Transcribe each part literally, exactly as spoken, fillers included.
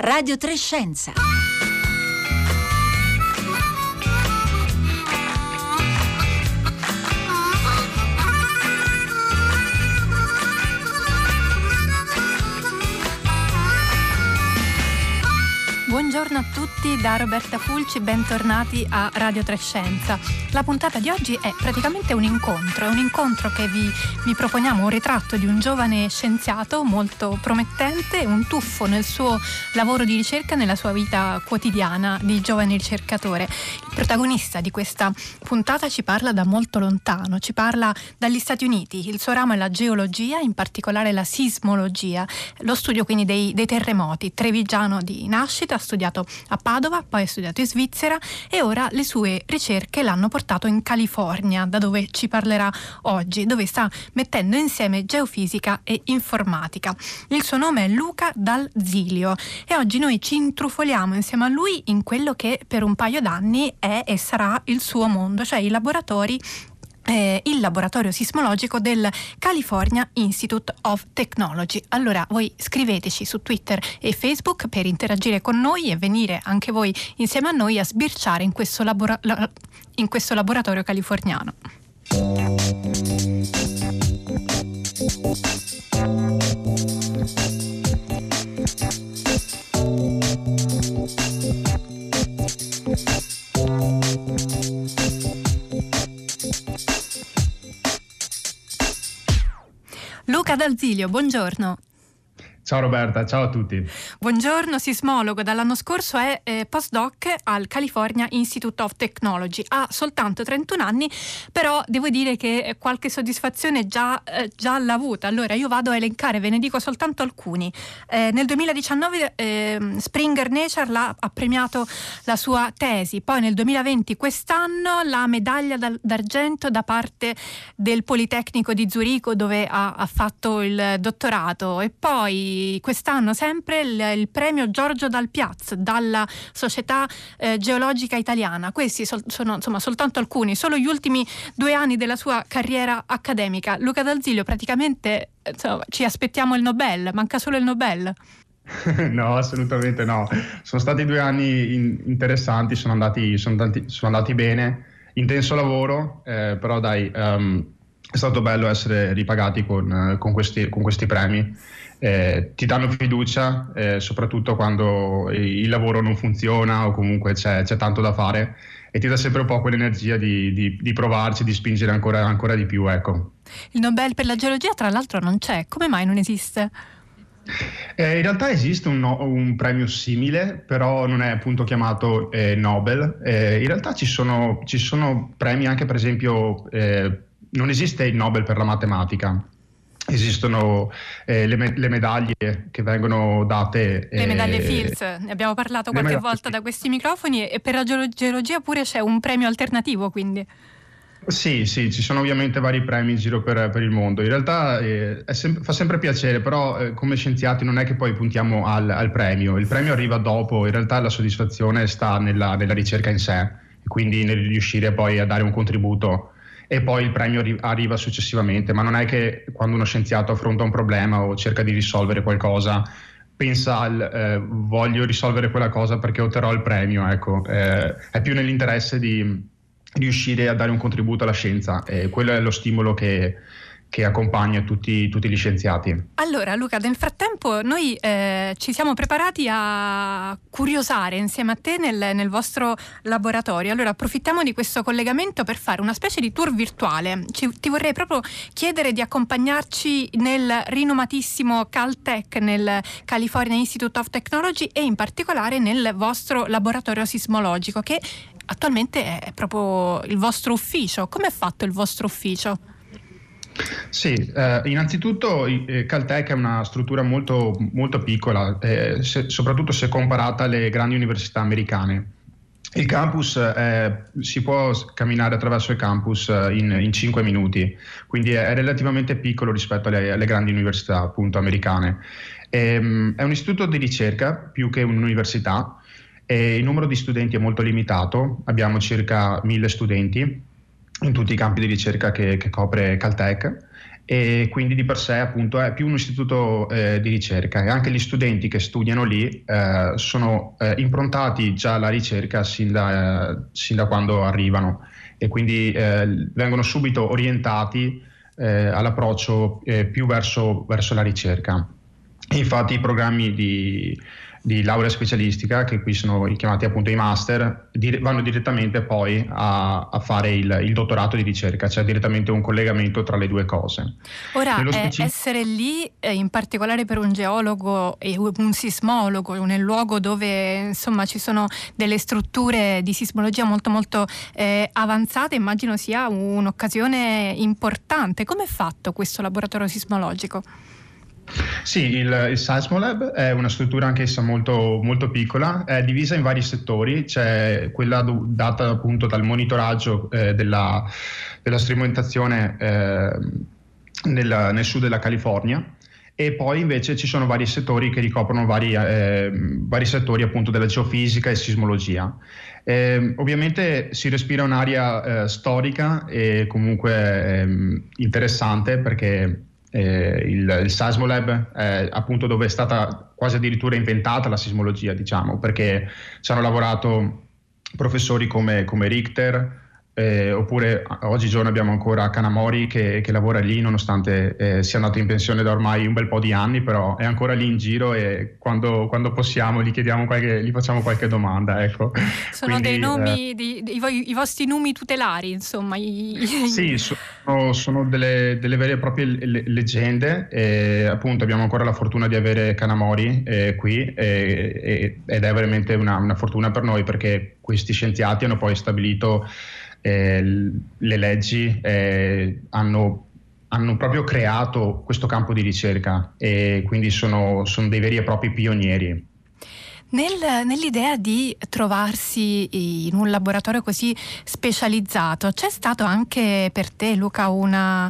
Radio tre Scienza. Buongiorno a tutti da Roberta Fulci, bentornati a Radio tre Scienza. La puntata di oggi è praticamente un incontro, è un incontro che vi, vi proponiamo un ritratto di un giovane scienziato molto promettente, un tuffo nel suo lavoro di ricerca, nella sua vita quotidiana di giovane ricercatore. Il protagonista di questa puntata ci parla da molto lontano, ci parla dagli Stati Uniti. Il suo ramo è la geologia, in particolare la sismologia, lo studio quindi dei, dei terremoti. Trevigiano di nascita, ha studiato a Padova, poi ha studiato in Svizzera e ora le sue ricerche l'hanno portato in California, da dove ci parlerà oggi, dove sta mettendo insieme geofisica e informatica. Il suo nome è Luca Dal Zilio e oggi noi ci intrufoliamo insieme a lui in quello che per un paio d'anni è e sarà il suo mondo, cioè i laboratori Eh, il laboratorio sismologico del California Institute of Technology. Allora voi scriveteci su Twitter e Facebook per interagire con noi e venire anche voi insieme a noi a sbirciare in questo, labora- in questo laboratorio californiano. Luca Dal Zilio, buongiorno. Ciao Roberta, ciao a tutti. Buongiorno, sismologo, dall'anno scorso è eh, postdoc al California Institute of Technology. Ha soltanto trentuno anni, però devo dire che qualche soddisfazione già, eh, già l'ha avuta. Allora io vado a elencare, ve ne dico soltanto alcuni. Eh, nel duemiladiciannove eh, Springer Nature l'ha, ha premiato la sua tesi, poi nel duemilaventi, quest'anno, la medaglia d'argento da parte del Politecnico di Zurigo, dove ha, ha fatto il dottorato, e poi quest'anno sempre il, il premio Giorgio Dal Piaz dalla Società eh, Geologica Italiana. Questi sol, sono insomma soltanto alcuni, solo gli ultimi due anni della sua carriera accademica. Luca Dal Zilio, praticamente insomma, ci aspettiamo il Nobel, manca solo il Nobel. No, assolutamente no. Sono stati due anni in, interessanti, sono andati, sono, andati, sono andati bene, intenso lavoro, eh, però dai, um, è stato bello essere ripagati con, con, questi, con questi premi. Eh, ti danno fiducia, eh, soprattutto quando il lavoro non funziona o comunque c'è, c'è tanto da fare, e ti dà sempre un po' quell'energia di, di, di provarci, di spingere ancora, ancora di più, ecco. Il Nobel per la geologia tra l'altro non c'è, come mai non esiste? Eh, in realtà esiste un, no, un premio simile, però non è appunto chiamato eh, Nobel. Eh, in realtà ci sono, ci sono premi anche, per esempio, eh, non esiste il Nobel per la matematica. Esistono eh, le, me- le medaglie che vengono date. Le eh, medaglie Fields, ne abbiamo parlato qualche volta da questi microfoni, e per la geologia pure c'è un premio alternativo, quindi. Sì, sì, ci sono ovviamente vari premi in giro per, per il mondo. In realtà eh, è sem- fa sempre piacere, però eh, come scienziati non è che poi puntiamo al, al premio. Il premio arriva dopo, in realtà la soddisfazione sta nella, nella ricerca in sé, quindi nel riuscire poi a dare un contributo. E poi il premio arri- arriva successivamente, ma non è che quando uno scienziato affronta un problema o cerca di risolvere qualcosa pensa al eh, voglio risolvere quella cosa perché otterrò il premio, ecco. Eh, è più nell'interesse di riuscire a dare un contributo alla scienza, e quello è lo stimolo che, che accompagna tutti, tutti gli scienziati. Allora Luca, nel frattempo noi eh, ci siamo preparati a curiosare insieme a te nel, nel vostro laboratorio. Allora approfittiamo di questo collegamento per fare una specie di tour virtuale. Ci, ti vorrei proprio chiedere di accompagnarci nel rinomatissimo Caltech, nel California Institute of Technology, e in particolare nel vostro laboratorio sismologico, che attualmente è proprio il vostro ufficio. Come è fatto il vostro ufficio? Sì, eh, innanzitutto eh, Caltech è una struttura molto, molto piccola, eh, se, soprattutto se comparata alle grandi università americane. Il campus, eh, si può camminare attraverso il campus in, in cinque minuti, quindi è, è relativamente piccolo rispetto alle, alle grandi università appunto americane. E, um, è un istituto di ricerca più che un'università, e il numero di studenti è molto limitato, abbiamo circa mille studenti in tutti i campi di ricerca che, che copre Caltech, e quindi di per sé appunto è più un istituto eh, di ricerca, e anche gli studenti che studiano lì eh, sono eh, improntati già alla ricerca sin da, eh, sin da quando arrivano, e quindi eh, vengono subito orientati eh, all'approccio eh, più verso, verso la ricerca. E infatti i programmi di di laurea specialistica, che qui sono chiamati appunto i master, dire, vanno direttamente poi a, a fare il, il dottorato di ricerca, c'è direttamente un collegamento tra le due cose. Ora, eh, specific- essere lì, eh, in particolare per un geologo e un sismologo, nel luogo dove insomma ci sono delle strutture di sismologia molto molto eh, avanzate, immagino sia un'occasione importante. Come è fatto questo laboratorio sismologico? Sì, il, il Seismolab è una struttura anch'essa molto, molto piccola, è divisa in vari settori, c'è quella do, data appunto dal monitoraggio eh, della, della strumentazione eh, nel, nel sud della California, e poi invece ci sono vari settori che ricoprono vari, eh, vari settori appunto della geofisica e sismologia. Eh, ovviamente si respira un'area eh, storica e comunque eh, interessante, perché Eh, il, il Seismolab è appunto dove è stata quasi addirittura inventata la sismologia, diciamo, perché ci hanno lavorato professori come, come Richter, eh, oppure oggigiorno abbiamo ancora Kanamori che, che lavora lì, nonostante eh, sia andato in pensione da ormai un bel po' di anni, però è ancora lì in giro, e quando, quando possiamo gli chiediamo qualche, gli facciamo qualche domanda, ecco. Sono Quindi, dei nomi, eh, di, di, i, i vostri nomi tutelari, insomma. I... Sì, sono, sono delle, delle vere e proprie le, leggende, e appunto abbiamo ancora la fortuna di avere Kanamori eh, qui, e, e, ed è veramente una, una fortuna per noi, perché questi scienziati hanno poi stabilito Eh, le leggi, eh, hanno, hanno proprio creato questo campo di ricerca, e quindi sono, sono dei veri e propri pionieri. Nel, nell'idea di trovarsi in un laboratorio così specializzato, c'è stato anche per te, Luca, una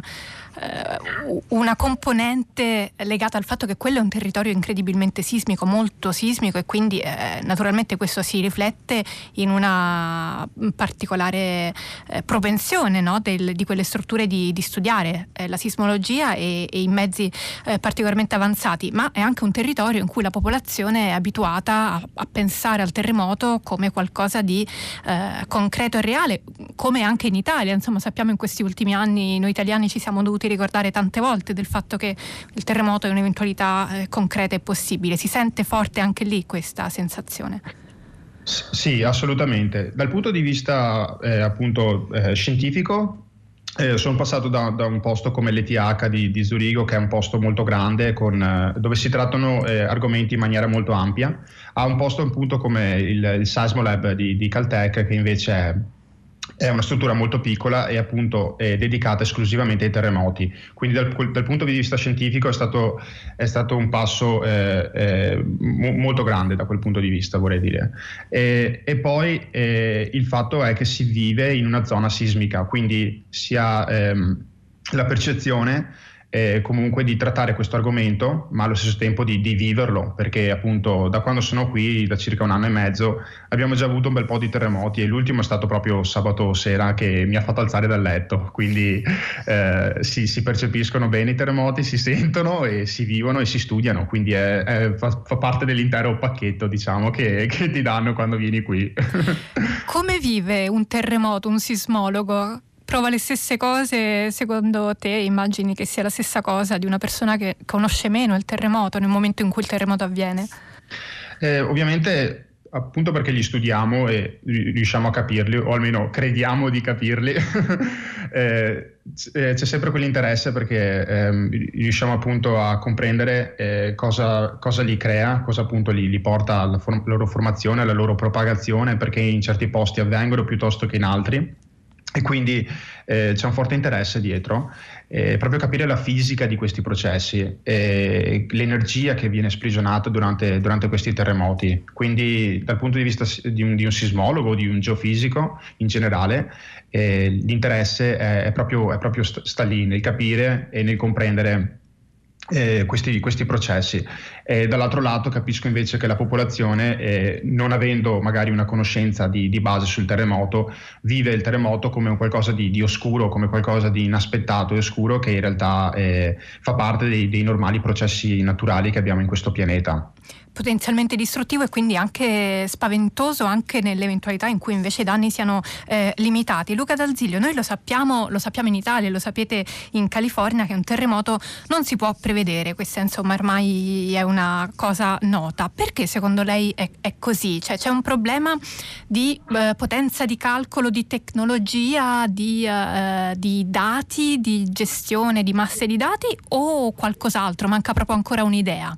una componente legata al fatto che quello è un territorio incredibilmente sismico, molto sismico, e quindi eh, naturalmente questo si riflette in una particolare eh, propensione, no, del, di quelle strutture di, di studiare eh, la sismologia e, e i mezzi eh, particolarmente avanzati, ma è anche un territorio in cui la popolazione è abituata a, a pensare al terremoto come qualcosa di eh, concreto e reale, come anche in Italia. Insomma, sappiamo in questi ultimi anni noi italiani ci siamo dovuti ricordare tante volte del fatto che il terremoto è un'eventualità eh, concreta e possibile. Si sente forte anche lì questa sensazione? S- sì, assolutamente. Dal punto di vista eh, appunto eh, scientifico, eh, sono passato da, da un posto come l'E T H di, di Zurigo, che è un posto molto grande, con, eh, dove si trattano eh, argomenti in maniera molto ampia, a un posto appunto come il, il Seismolab di, di Caltech, che invece è È una struttura molto piccola e appunto è dedicata esclusivamente ai terremoti. Quindi dal, dal punto di vista scientifico è stato, è stato un passo eh, eh, mo, molto grande da quel punto di vista, vorrei dire. E, e poi eh, il fatto è che si vive in una zona sismica, quindi si ha ehm, la percezione Eh, comunque di trattare questo argomento, ma allo stesso tempo di, di viverlo, perché appunto da quando sono qui, da circa un anno e mezzo, abbiamo già avuto un bel po' di terremoti, e l'ultimo è stato proprio sabato sera, che mi ha fatto alzare dal letto. Quindi eh, si, si percepiscono bene i terremoti, si sentono e si vivono e si studiano, quindi è, è, fa, fa parte dell'intero pacchetto, diciamo, che, che ti danno quando vieni qui. Come vive un terremoto, un sismologo? Prova le stesse cose? Secondo te immagini che sia la stessa cosa di una persona che conosce meno il terremoto nel momento in cui il terremoto avviene? Eh, ovviamente, appunto perché li studiamo e riusciamo a capirli, o almeno crediamo di capirli, eh, c'è sempre quell'interesse, perché eh, riusciamo appunto a comprendere eh, cosa, cosa li crea, cosa appunto li, li porta alla form- loro formazione, alla loro propagazione, perché in certi posti avvengono piuttosto che in altri. E quindi eh, c'è un forte interesse dietro, eh, proprio capire la fisica di questi processi, eh, l'energia che viene sprigionata durante, durante questi terremoti. Quindi dal punto di vista di un, di un sismologo, di un geofisico in generale, eh, l'interesse è, è proprio, è proprio sta lì nel capire e nel comprendere Eh, questi, questi processi. E dall'altro lato capisco invece che la popolazione, eh, non avendo magari una conoscenza di, di base sul terremoto, vive il terremoto come un qualcosa di, di oscuro, come qualcosa di inaspettato e oscuro, che in realtà eh, fa parte dei, dei normali processi naturali che abbiamo in questo pianeta. Potenzialmente distruttivo e quindi anche spaventoso, anche nell'eventualità in cui invece i danni siano eh, limitati. Luca D'Alzilio, noi lo sappiamo, lo sappiamo in Italia, lo sapete in California, che un terremoto non si può prevedere, questa insomma ormai è una cosa nota. Perché secondo lei è, è così? Cioè c'è un problema di eh, potenza di calcolo, di tecnologia, di, eh, di dati, di gestione di masse di dati, o qualcos'altro? Manca proprio ancora un'idea?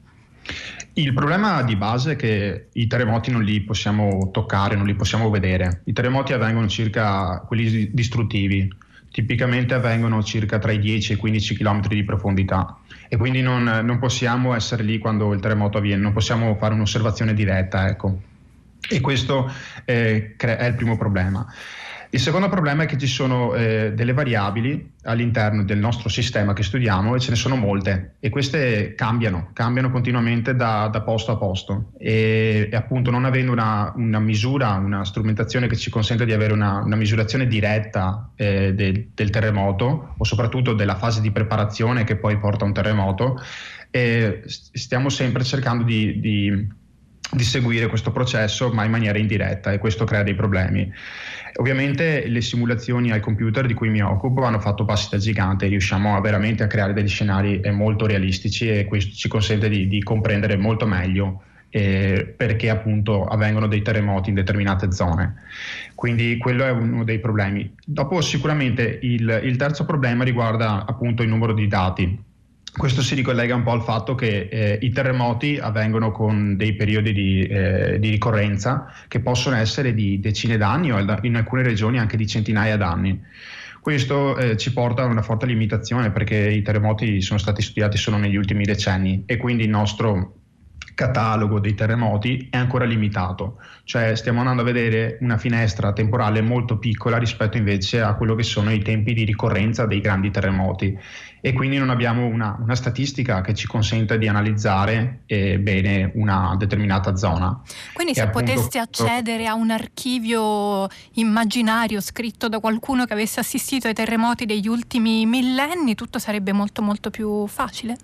Il problema di base è che i terremoti non li possiamo toccare, non li possiamo vedere. I terremoti avvengono circa, quelli distruttivi, tipicamente avvengono circa tra i dieci e i quindici chilometri di profondità, e quindi non, non possiamo essere lì quando il terremoto avviene, non possiamo fare un'osservazione diretta, ecco. E questo eh, è il primo problema. Il secondo problema è che ci sono eh, delle variabili all'interno del nostro sistema che studiamo, e ce ne sono molte, e queste cambiano, cambiano continuamente da, da posto a posto, e, e appunto non avendo una, una misura, una strumentazione che ci consente di avere una, una misurazione diretta eh, de, del terremoto, o soprattutto della fase di preparazione che poi porta a un terremoto, eh, stiamo sempre cercando di, di, di seguire questo processo, ma in maniera indiretta, e questo crea dei problemi. Ovviamente le simulazioni al computer di cui mi occupo hanno fatto passi da gigante, riusciamo a veramente a creare degli scenari molto realistici, e questo ci consente di, di comprendere molto meglio eh, perché appunto avvengono dei terremoti in determinate zone. Quindi quello è uno dei problemi. Dopo sicuramente il, il terzo problema riguarda appunto il numero di dati. Questo si ricollega un po' al fatto che eh, i terremoti avvengono con dei periodi di, eh, di ricorrenza che possono essere di decine d'anni, o in alcune regioni anche di centinaia d'anni. Questo eh, ci porta a una forte limitazione, perché i terremoti sono stati studiati solo negli ultimi decenni, e quindi il nostro catalogo dei terremoti è ancora limitato, cioè stiamo andando a vedere una finestra temporale molto piccola rispetto invece a quello che sono i tempi di ricorrenza dei grandi terremoti, e quindi non abbiamo una, una statistica che ci consenta di analizzare eh, bene una determinata zona. Quindi e se appunto, poteste accedere a un archivio immaginario scritto da qualcuno che avesse assistito ai terremoti degli ultimi millenni, tutto sarebbe molto molto più facile?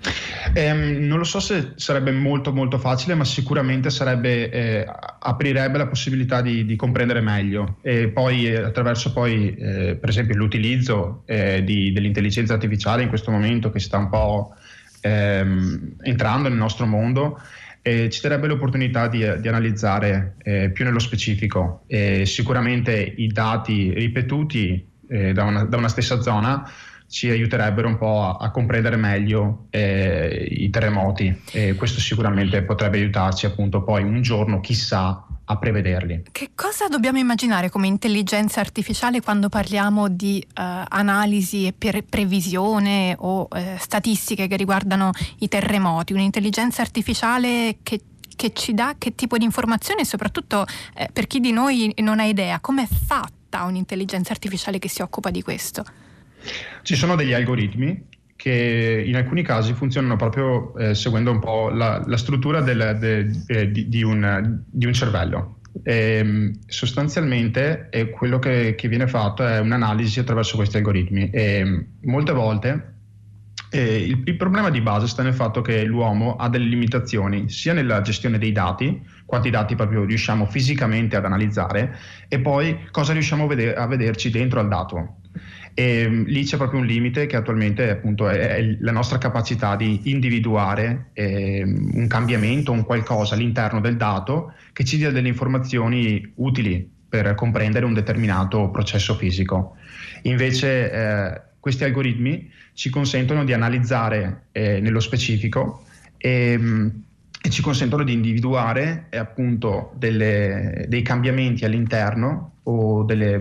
Ehm, non lo so se sarebbe molto molto facile, ma sicuramente sarebbe, eh, aprirebbe la possibilità di, di comprendere meglio, e poi eh, attraverso poi eh, per esempio l'utilizzo eh, di, dell'intelligenza artificiale in questo momento, che sta un po' ehm, entrando nel nostro mondo, eh, ci darebbe l'opportunità di, di analizzare eh, più nello specifico. Eh, sicuramente i dati ripetuti eh, da, una, da una stessa zona ci aiuterebbero un po' a, a comprendere meglio eh, i terremoti, e questo sicuramente potrebbe aiutarci appunto poi un giorno, chissà, a prevederli. Che cosa dobbiamo immaginare come intelligenza artificiale quando parliamo di uh, analisi e pre- previsione o uh, statistiche che riguardano i terremoti? Un'intelligenza artificiale che che ci dà che tipo di informazione, e soprattutto eh, per chi di noi non ha idea, come è fatta un'intelligenza artificiale che si occupa di questo? Ci sono degli algoritmi che in alcuni casi funzionano proprio eh, seguendo un po' la, la struttura del, de, de, di, di, un, di un cervello. E, sostanzialmente è quello che, che viene fatto è un'analisi attraverso questi algoritmi, e molte volte eh, il, il problema di base sta nel fatto che l'uomo ha delle limitazioni sia nella gestione dei dati, quanti dati proprio riusciamo fisicamente ad analizzare, e poi cosa riusciamo a, veder, a vederci dentro al dato. E lì c'è proprio un limite che attualmente appunto è, è la nostra capacità di individuare eh, un cambiamento, un qualcosa all'interno del dato che ci dia delle informazioni utili per comprendere un determinato processo fisico. Invece eh, questi algoritmi ci consentono di analizzare eh, nello specifico e, e ci consentono di individuare eh, appunto delle, dei cambiamenti all'interno o delle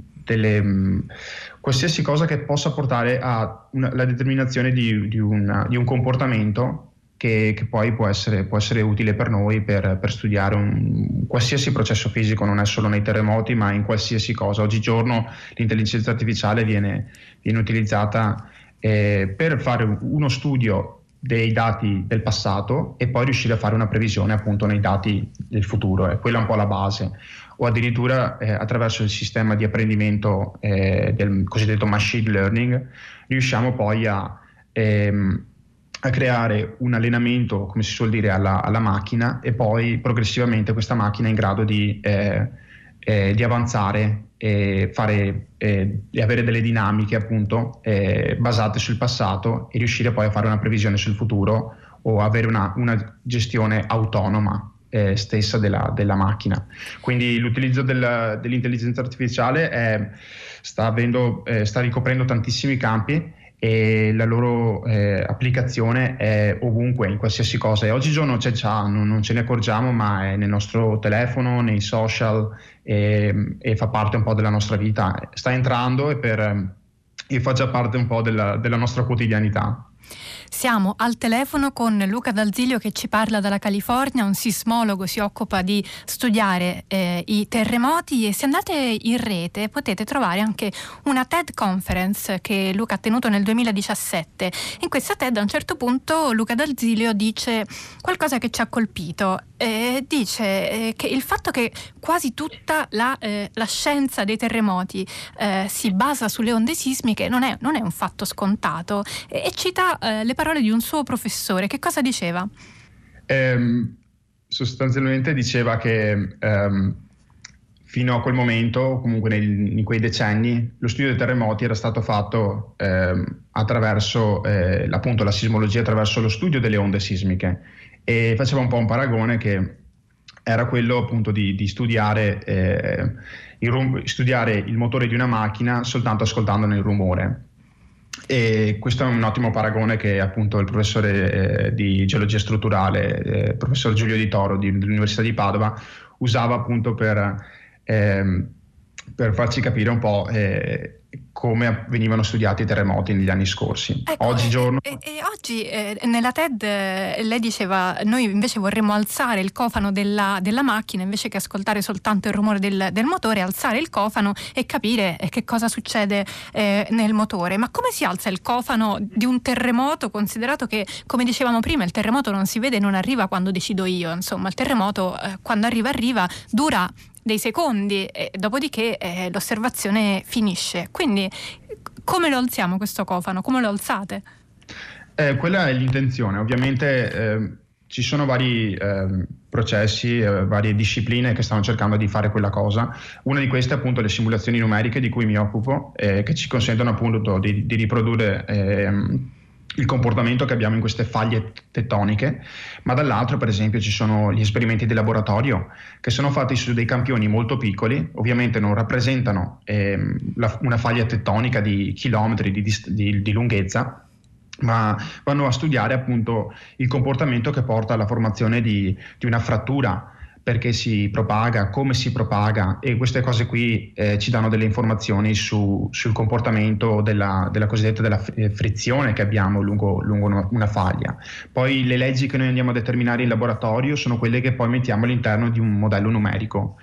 Delle, qualsiasi cosa che possa portare alla determinazione di, di, un, di un comportamento che, che poi può essere, può essere utile per noi per, per studiare un qualsiasi processo fisico, non è solo nei terremoti ma in qualsiasi cosa. Oggigiorno l'intelligenza artificiale viene, viene utilizzata eh, per fare uno studio dei dati del passato e poi riuscire a fare una previsione appunto nei dati del futuro, e quella è un po' la base. O addirittura eh, attraverso il sistema di apprendimento eh, del cosiddetto machine learning riusciamo poi a, ehm, a creare un allenamento, come si suol dire, alla, alla macchina, e poi progressivamente questa macchina è in grado di, eh, eh, di avanzare e fare eh, e avere delle dinamiche appunto eh, basate sul passato, e riuscire poi a fare una previsione sul futuro o avere una, una gestione autonoma eh, stessa della, della macchina. Quindi l'utilizzo del, dell'intelligenza artificiale è, sta, avendo, eh, sta ricoprendo tantissimi campi, e la loro eh, applicazione è ovunque, in qualsiasi cosa, e oggigiorno c'è già, non, non ce ne accorgiamo, ma è nel nostro telefono, nei social, e, e fa parte un po' della nostra vita, sta entrando e, per, e fa già parte un po' della, della nostra quotidianità. Siamo al telefono con Luca D'Alzilio che ci parla dalla California, un sismologo, si occupa di studiare eh, i terremoti, e se andate in rete potete trovare anche una TED Conference che Luca ha tenuto nel duemiladiciassette. In questa TED a un certo punto Luca D'Alzilio dice qualcosa che ci ha colpito, eh, dice eh, che il fatto che quasi tutta la, eh, la scienza dei terremoti eh, si basa sulle onde sismiche non è, non è un fatto scontato, e, e cita eh, le parole di un suo professore. Che cosa diceva? Eh, sostanzialmente diceva che ehm, fino a quel momento, comunque nei, in quei decenni, lo studio dei terremoti era stato fatto ehm, attraverso eh, appunto la sismologia, attraverso lo studio delle onde sismiche, e faceva un po' un paragone che era quello appunto di, di studiare, eh, il rum- studiare il motore di una macchina soltanto ascoltandone il rumore. E questo è un ottimo paragone che appunto il professore eh, di geologia strutturale, eh, professor Giulio Di Toro di, dell'Università di Padova, usava appunto per, eh, per farci capire un po' eh, come venivano studiati i terremoti negli anni scorsi. Ecco, Oggigiorno... e, e, e oggi eh, nella TED eh, lei diceva: noi invece vorremmo alzare il cofano della, della macchina, invece che ascoltare soltanto il rumore del, del motore, alzare il cofano e capire eh, che cosa succede eh, nel motore. Ma come si alza il cofano di un terremoto, considerato che, come dicevamo prima, il terremoto non si vede e non arriva quando decido io, insomma il terremoto eh, quando arriva arriva, dura dei secondi, e dopodiché eh, l'osservazione finisce. Quindi come lo alziamo questo cofano? Come lo alzate? Eh, quella è l'intenzione. Ovviamente eh, ci sono vari eh, processi, eh, varie discipline che stanno cercando di fare quella cosa. Una di queste è appunto le simulazioni numeriche di cui mi occupo, eh, che ci consentono appunto di, di riprodurre eh, il comportamento che abbiamo in queste faglie tettoniche, ma dall'altro per esempio ci sono gli esperimenti di laboratorio che sono fatti su dei campioni molto piccoli, ovviamente non rappresentano ehm, la, una faglia tettonica di chilometri di, di, di lunghezza, ma vanno a studiare appunto il comportamento che porta alla formazione di, di una frattura, perché si propaga, come si propaga, e queste cose qui eh, ci danno delle informazioni su, sul comportamento della, della cosiddetta della frizione che abbiamo lungo, lungo una, una faglia. Poi le leggi che noi andiamo a determinare in laboratorio sono quelle che poi mettiamo all'interno di un modello numerico,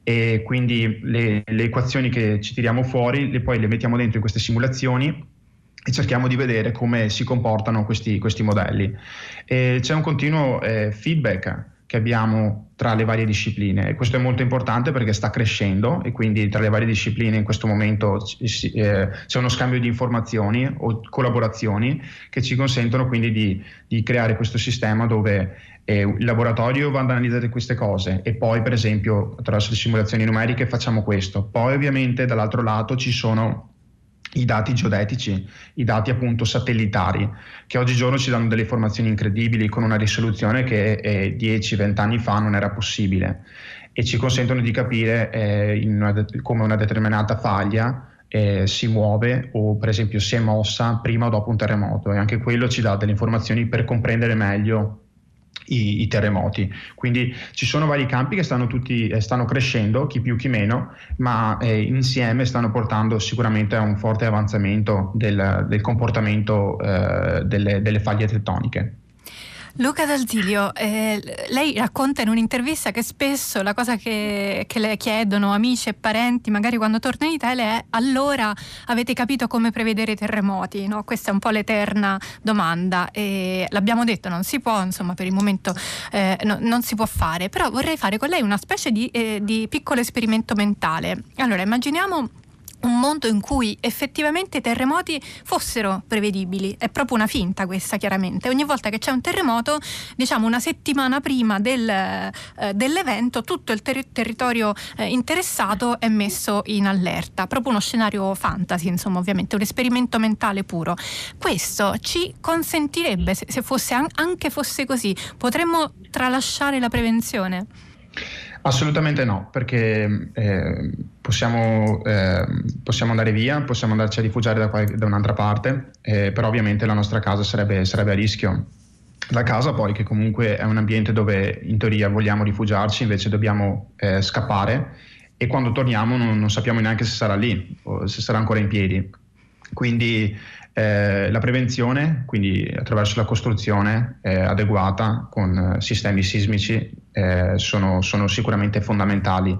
e quindi le, le equazioni che ci tiriamo fuori le, poi le mettiamo dentro in queste simulazioni e cerchiamo di vedere come si comportano questi, questi modelli. E c'è un continuo eh, feedback che abbiamo tra le varie discipline, e questo è molto importante perché sta crescendo, e quindi tra le varie discipline in questo momento eh, c'è uno scambio di informazioni o collaborazioni che ci consentono quindi di, di creare questo sistema dove eh, il laboratorio va ad analizzare queste cose, e poi per esempio attraverso le simulazioni numeriche facciamo questo. Poi ovviamente dall'altro lato ci sono i dati geodetici, i dati appunto satellitari, che oggigiorno ci danno delle informazioni incredibili con una risoluzione che eh, dieci venti anni fa non era possibile, e ci consentono di capire eh, in una de- come una determinata faglia eh, si muove, o per esempio si è mossa prima o dopo un terremoto, e anche quello ci dà delle informazioni per comprendere meglio I, i terremoti. Quindi ci sono vari campi che stanno tutti eh, stanno crescendo, chi più chi meno, ma eh, insieme stanno portando sicuramente a un forte avanzamento del, del comportamento eh, delle, delle faglie tettoniche. Luca D'Alzilio, eh, lei racconta in un'intervista che spesso la cosa che, che le chiedono amici e parenti magari quando torna in Italia è: allora avete capito come prevedere i terremoti? No? Questa è un po' l'eterna domanda, e l'abbiamo detto, non si può, insomma per il momento eh, no, non si può fare, però vorrei fare con lei una specie di, eh, di piccolo esperimento mentale. Allora immaginiamo un mondo in cui effettivamente i terremoti fossero prevedibili. È proprio una finta questa, chiaramente. Ogni volta che c'è un terremoto, diciamo una settimana prima del, eh, dell'evento, tutto il ter- territorio eh, interessato è messo in allerta. Proprio uno scenario fantasy, insomma, ovviamente, un esperimento mentale puro. Questo ci consentirebbe, se, se fosse an- anche fosse così, potremmo tralasciare la prevenzione? Assolutamente no, perché eh, possiamo, eh, possiamo andare via, possiamo andarci a rifugiare da, qualche, da un'altra parte, eh, però ovviamente la nostra casa sarebbe, sarebbe a rischio. La casa poi, che comunque è un ambiente dove in teoria vogliamo rifugiarci, invece dobbiamo eh, scappare, e quando torniamo non, non sappiamo neanche se sarà lì o se sarà ancora in piedi. Quindi eh, la prevenzione, quindi attraverso la costruzione eh, adeguata con eh, sistemi sismici, eh, sono, sono sicuramente fondamentali,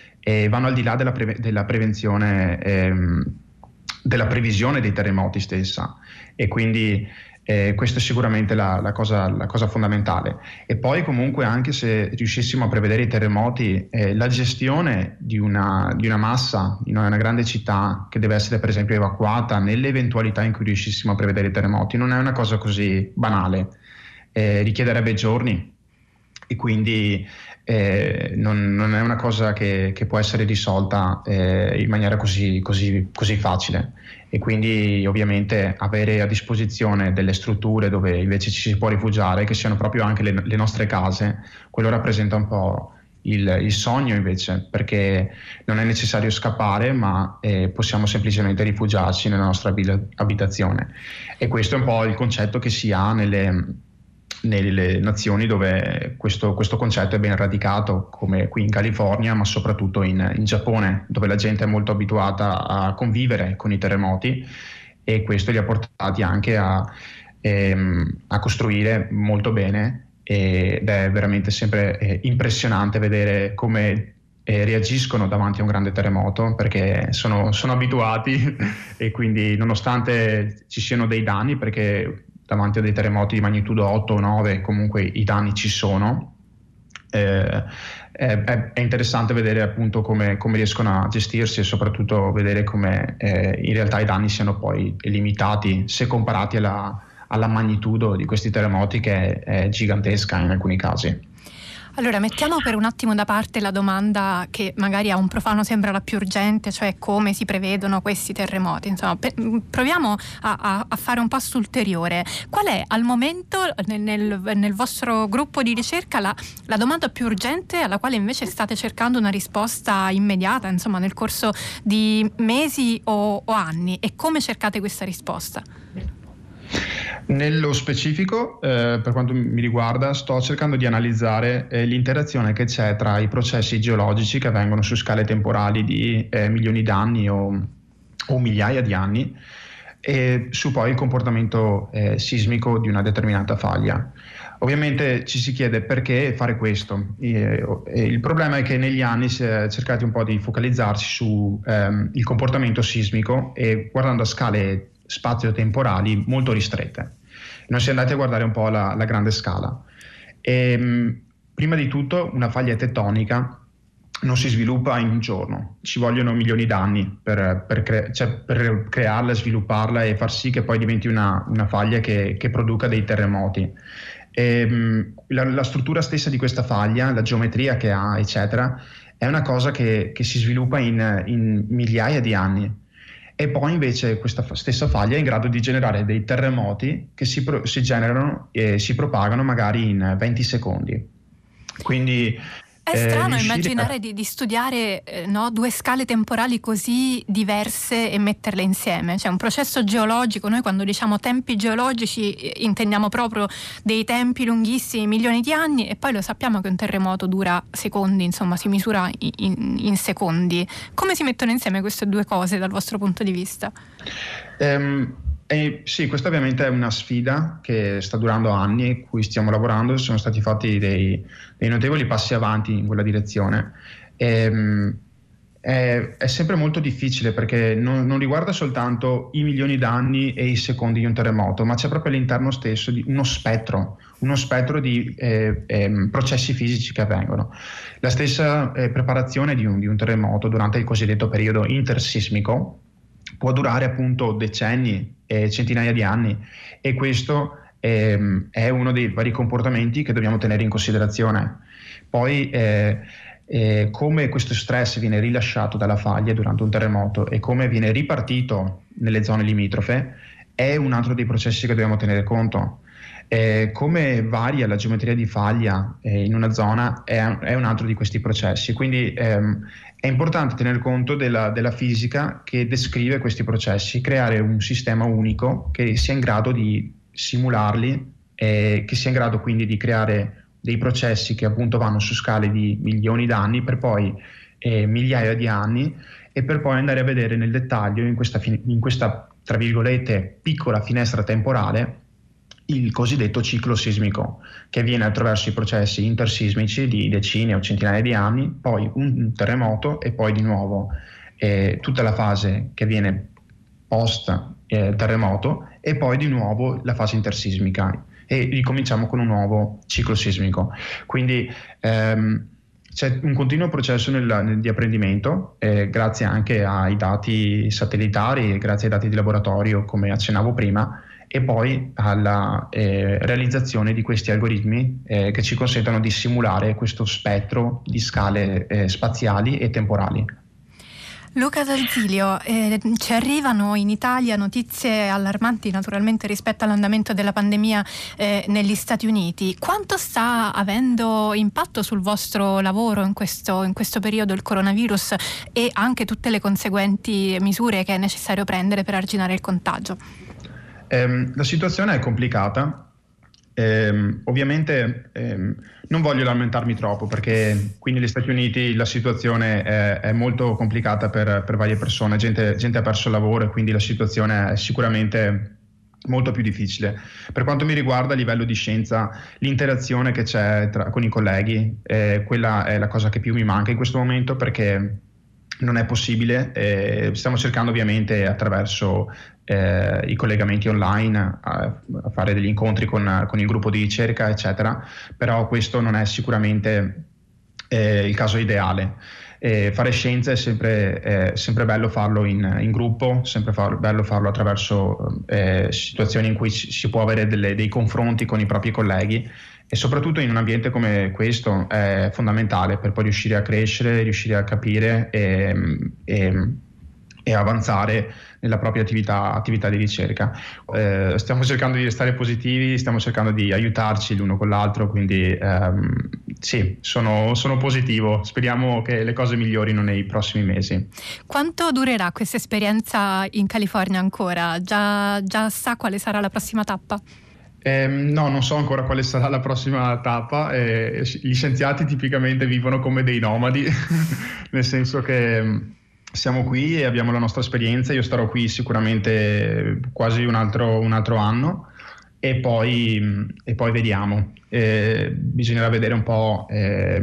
e vanno al di là della, pre- della prevenzione, ehm, della previsione dei terremoti stessa, e quindi eh, questa è sicuramente la, la, cosa, la cosa fondamentale. E poi comunque, anche se riuscissimo a prevedere i terremoti, eh, la gestione di una, di una massa, di una, una grande città che deve essere per esempio evacuata nell'eventualità in cui riuscissimo a prevedere i terremoti, non è una cosa così banale, eh, richiederebbe giorni, e quindi eh, non, non è una cosa che, che può essere risolta eh, in maniera così, così, così facile. E quindi ovviamente avere a disposizione delle strutture dove invece ci si può rifugiare, che siano proprio anche le, le nostre case, quello rappresenta un po' il, il sogno, invece, perché non è necessario scappare, ma eh, possiamo semplicemente rifugiarci nella nostra abitazione. E questo è un po' il concetto che si ha nelle, nelle nazioni dove questo, questo concetto è ben radicato, come qui in California, ma soprattutto in, in Giappone, dove la gente è molto abituata a convivere con i terremoti, e questo li ha portati anche a, ehm, a costruire molto bene, ed è veramente sempre eh, impressionante vedere come eh, reagiscono davanti a un grande terremoto, perché sono, sono abituati e quindi, nonostante ci siano dei danni, perché davanti a dei terremoti di magnitudo otto o nove comunque i danni ci sono, eh, è, è interessante vedere appunto come, come riescono a gestirsi, e soprattutto vedere come eh, in realtà i danni siano poi limitati se comparati alla, alla magnitudo di questi terremoti, che è, è gigantesca in alcuni casi. Allora, mettiamo per un attimo da parte la domanda che magari a un profano sembra la più urgente, cioè come si prevedono questi terremoti. Insomma, pe- proviamo a, a, a fare un passo ulteriore. Qual è al momento nel, nel, nel vostro gruppo di ricerca la, la domanda più urgente, alla quale invece state cercando una risposta immediata, insomma, nel corso di mesi o, o anni? E come cercate questa risposta? Nello specifico, eh, per quanto mi riguarda, sto cercando di analizzare eh, l'interazione che c'è tra i processi geologici che avvengono su scale temporali di eh, milioni di anni o, o migliaia di anni, e su poi il comportamento eh, sismico di una determinata faglia. Ovviamente ci si chiede perché fare questo. E, e il problema è che negli anni si è cercato un po' di focalizzarsi su ehm, il comportamento sismico, e guardando a scale spazio-temporali molto ristrette. Non si è andati a guardare un po' la, la grande scala. E, mh, prima di tutto, una faglia tettonica non si sviluppa in un giorno, ci vogliono milioni d'anni per, per, cre- cioè per crearla, svilupparla e far sì che poi diventi una, una faglia che, che produca dei terremoti. E, mh, la, la struttura stessa di questa faglia, la geometria che ha, eccetera, è una cosa che, che si sviluppa in, in migliaia di anni. E poi invece questa stessa faglia è in grado di generare dei terremoti che si, pro- si generano e si propagano magari in venti secondi. Quindi è strano eh, immaginare a... di, di studiare eh, no, due scale temporali così diverse e metterle insieme. Cioè un processo geologico, noi quando diciamo tempi geologici intendiamo proprio dei tempi lunghissimi, milioni di anni, e poi lo sappiamo che un terremoto dura secondi, insomma si misura in, in, in secondi. Come si mettono insieme queste due cose dal vostro punto di vista? Um... Eh, sì, questa ovviamente è una sfida che sta durando anni, cui stiamo lavorando, sono stati fatti dei, dei notevoli passi avanti in quella direzione. Ehm, è, è sempre molto difficile perché non, non riguarda soltanto i milioni d'anni e i secondi di un terremoto, ma c'è proprio all'interno stesso di uno spettro, uno spettro di eh, eh, processi fisici che avvengono. La stessa eh, preparazione di un, di un terremoto durante il cosiddetto periodo intersismico può durare appunto decenni e centinaia di anni, e questo ehm, è uno dei vari comportamenti che dobbiamo tenere in considerazione. Poi eh, eh, come questo stress viene rilasciato dalla faglia durante un terremoto e come viene ripartito nelle zone limitrofe è un altro dei processi che dobbiamo tenere conto. Eh, come varia la geometria di faglia eh, in una zona è, è un altro di questi processi, quindi ehm, è importante tener conto della, della fisica che descrive questi processi, creare un sistema unico che sia in grado di simularli e che sia in grado quindi di creare dei processi che appunto vanno su scale di milioni d'anni per poi eh, migliaia di anni, e per poi andare a vedere nel dettaglio in questa, in questa tra virgolette piccola finestra temporale il cosiddetto ciclo sismico, che avviene attraverso i processi intersismici di decine o centinaia di anni, poi un terremoto e poi di nuovo eh, tutta la fase che avviene post eh, terremoto e poi di nuovo la fase intersismica, e ricominciamo con un nuovo ciclo sismico. Quindi ehm, c'è un continuo processo nel, nel, di apprendimento, eh, grazie anche ai dati satellitari, grazie ai dati di laboratorio, come accennavo prima, e poi alla eh, realizzazione di questi algoritmi eh, che ci consentono di simulare questo spettro di scale eh, spaziali e temporali. Luca D'Arzilio, eh, ci arrivano in Italia notizie allarmanti naturalmente rispetto all'andamento della pandemia eh, negli Stati Uniti. Quanto sta avendo impatto sul vostro lavoro in questo, in questo periodo il coronavirus e anche tutte le conseguenti misure che è necessario prendere per arginare il contagio? Um, la situazione è complicata, um, ovviamente um, non voglio lamentarmi troppo perché qui negli Stati Uniti la situazione è, è molto complicata per, per varie persone, gente, gente ha perso il lavoro e quindi la situazione è sicuramente molto più difficile. Per quanto mi riguarda a livello di scienza, l'interazione che c'è tra, con i colleghi, eh, quella è la cosa che più mi manca in questo momento, perché non è possibile, eh, stiamo cercando ovviamente attraverso eh, i collegamenti online a, a fare degli incontri con, con il gruppo di ricerca eccetera, però questo non è sicuramente eh, il caso ideale. Eh, fare scienza è sempre, è sempre bello farlo in, in gruppo, sempre far, bello farlo attraverso eh, situazioni in cui si, si può avere delle, dei confronti con i propri colleghi, e soprattutto in un ambiente come questo è fondamentale per poi riuscire a crescere, riuscire a capire e, e, e avanzare nella propria attività, attività di ricerca. Eh, stiamo cercando di restare positivi, stiamo cercando di aiutarci l'uno con l'altro, quindi ehm, sì, sono, sono positivo, speriamo che le cose migliorino nei prossimi mesi. Quanto durerà questa esperienza in California ancora? Già, già sa quale sarà la prossima tappa? Eh, no, non so ancora quale sarà la prossima tappa. Eh, gli scienziati tipicamente vivono come dei nomadi, nel senso che siamo qui e abbiamo la nostra esperienza. Io starò qui sicuramente quasi un altro, un altro anno e poi, e poi vediamo. Eh, bisognerà vedere un po' eh,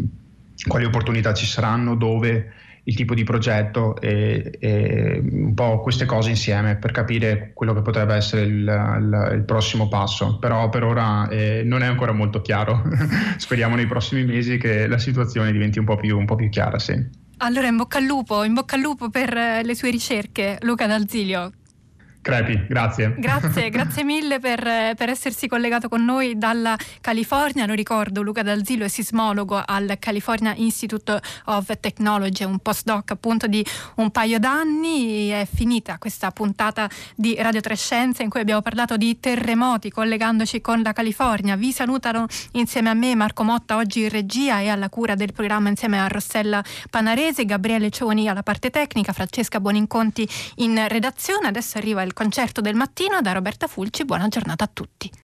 quali opportunità ci saranno, dove, il tipo di progetto e, e un po' queste cose insieme per capire quello che potrebbe essere il, il, il prossimo passo, però per ora eh, non è ancora molto chiaro. Speriamo nei prossimi mesi che la situazione diventi un po' più, un po' più chiara, sì. Allora in bocca al lupo, in bocca al lupo per le sue ricerche, Luca D'Arzilio. Crepi, grazie. Grazie, grazie mille per, per essersi collegato con noi dalla California. Lo ricordo, Luca D'Arzilio è sismologo al California Institute of Technology, un postdoc appunto di un paio d'anni. È finita questa puntata di Radio tre Scienze in cui abbiamo parlato di terremoti collegandoci con la California. Vi salutano insieme a me Marco Motta oggi in regia e alla cura del programma insieme a Rossella Panarese, Gabriele Cioni alla parte tecnica, Francesca Buoninconti in redazione. Adesso arriva il concerto del mattino da Roberta Fulci. Buona giornata a tutti.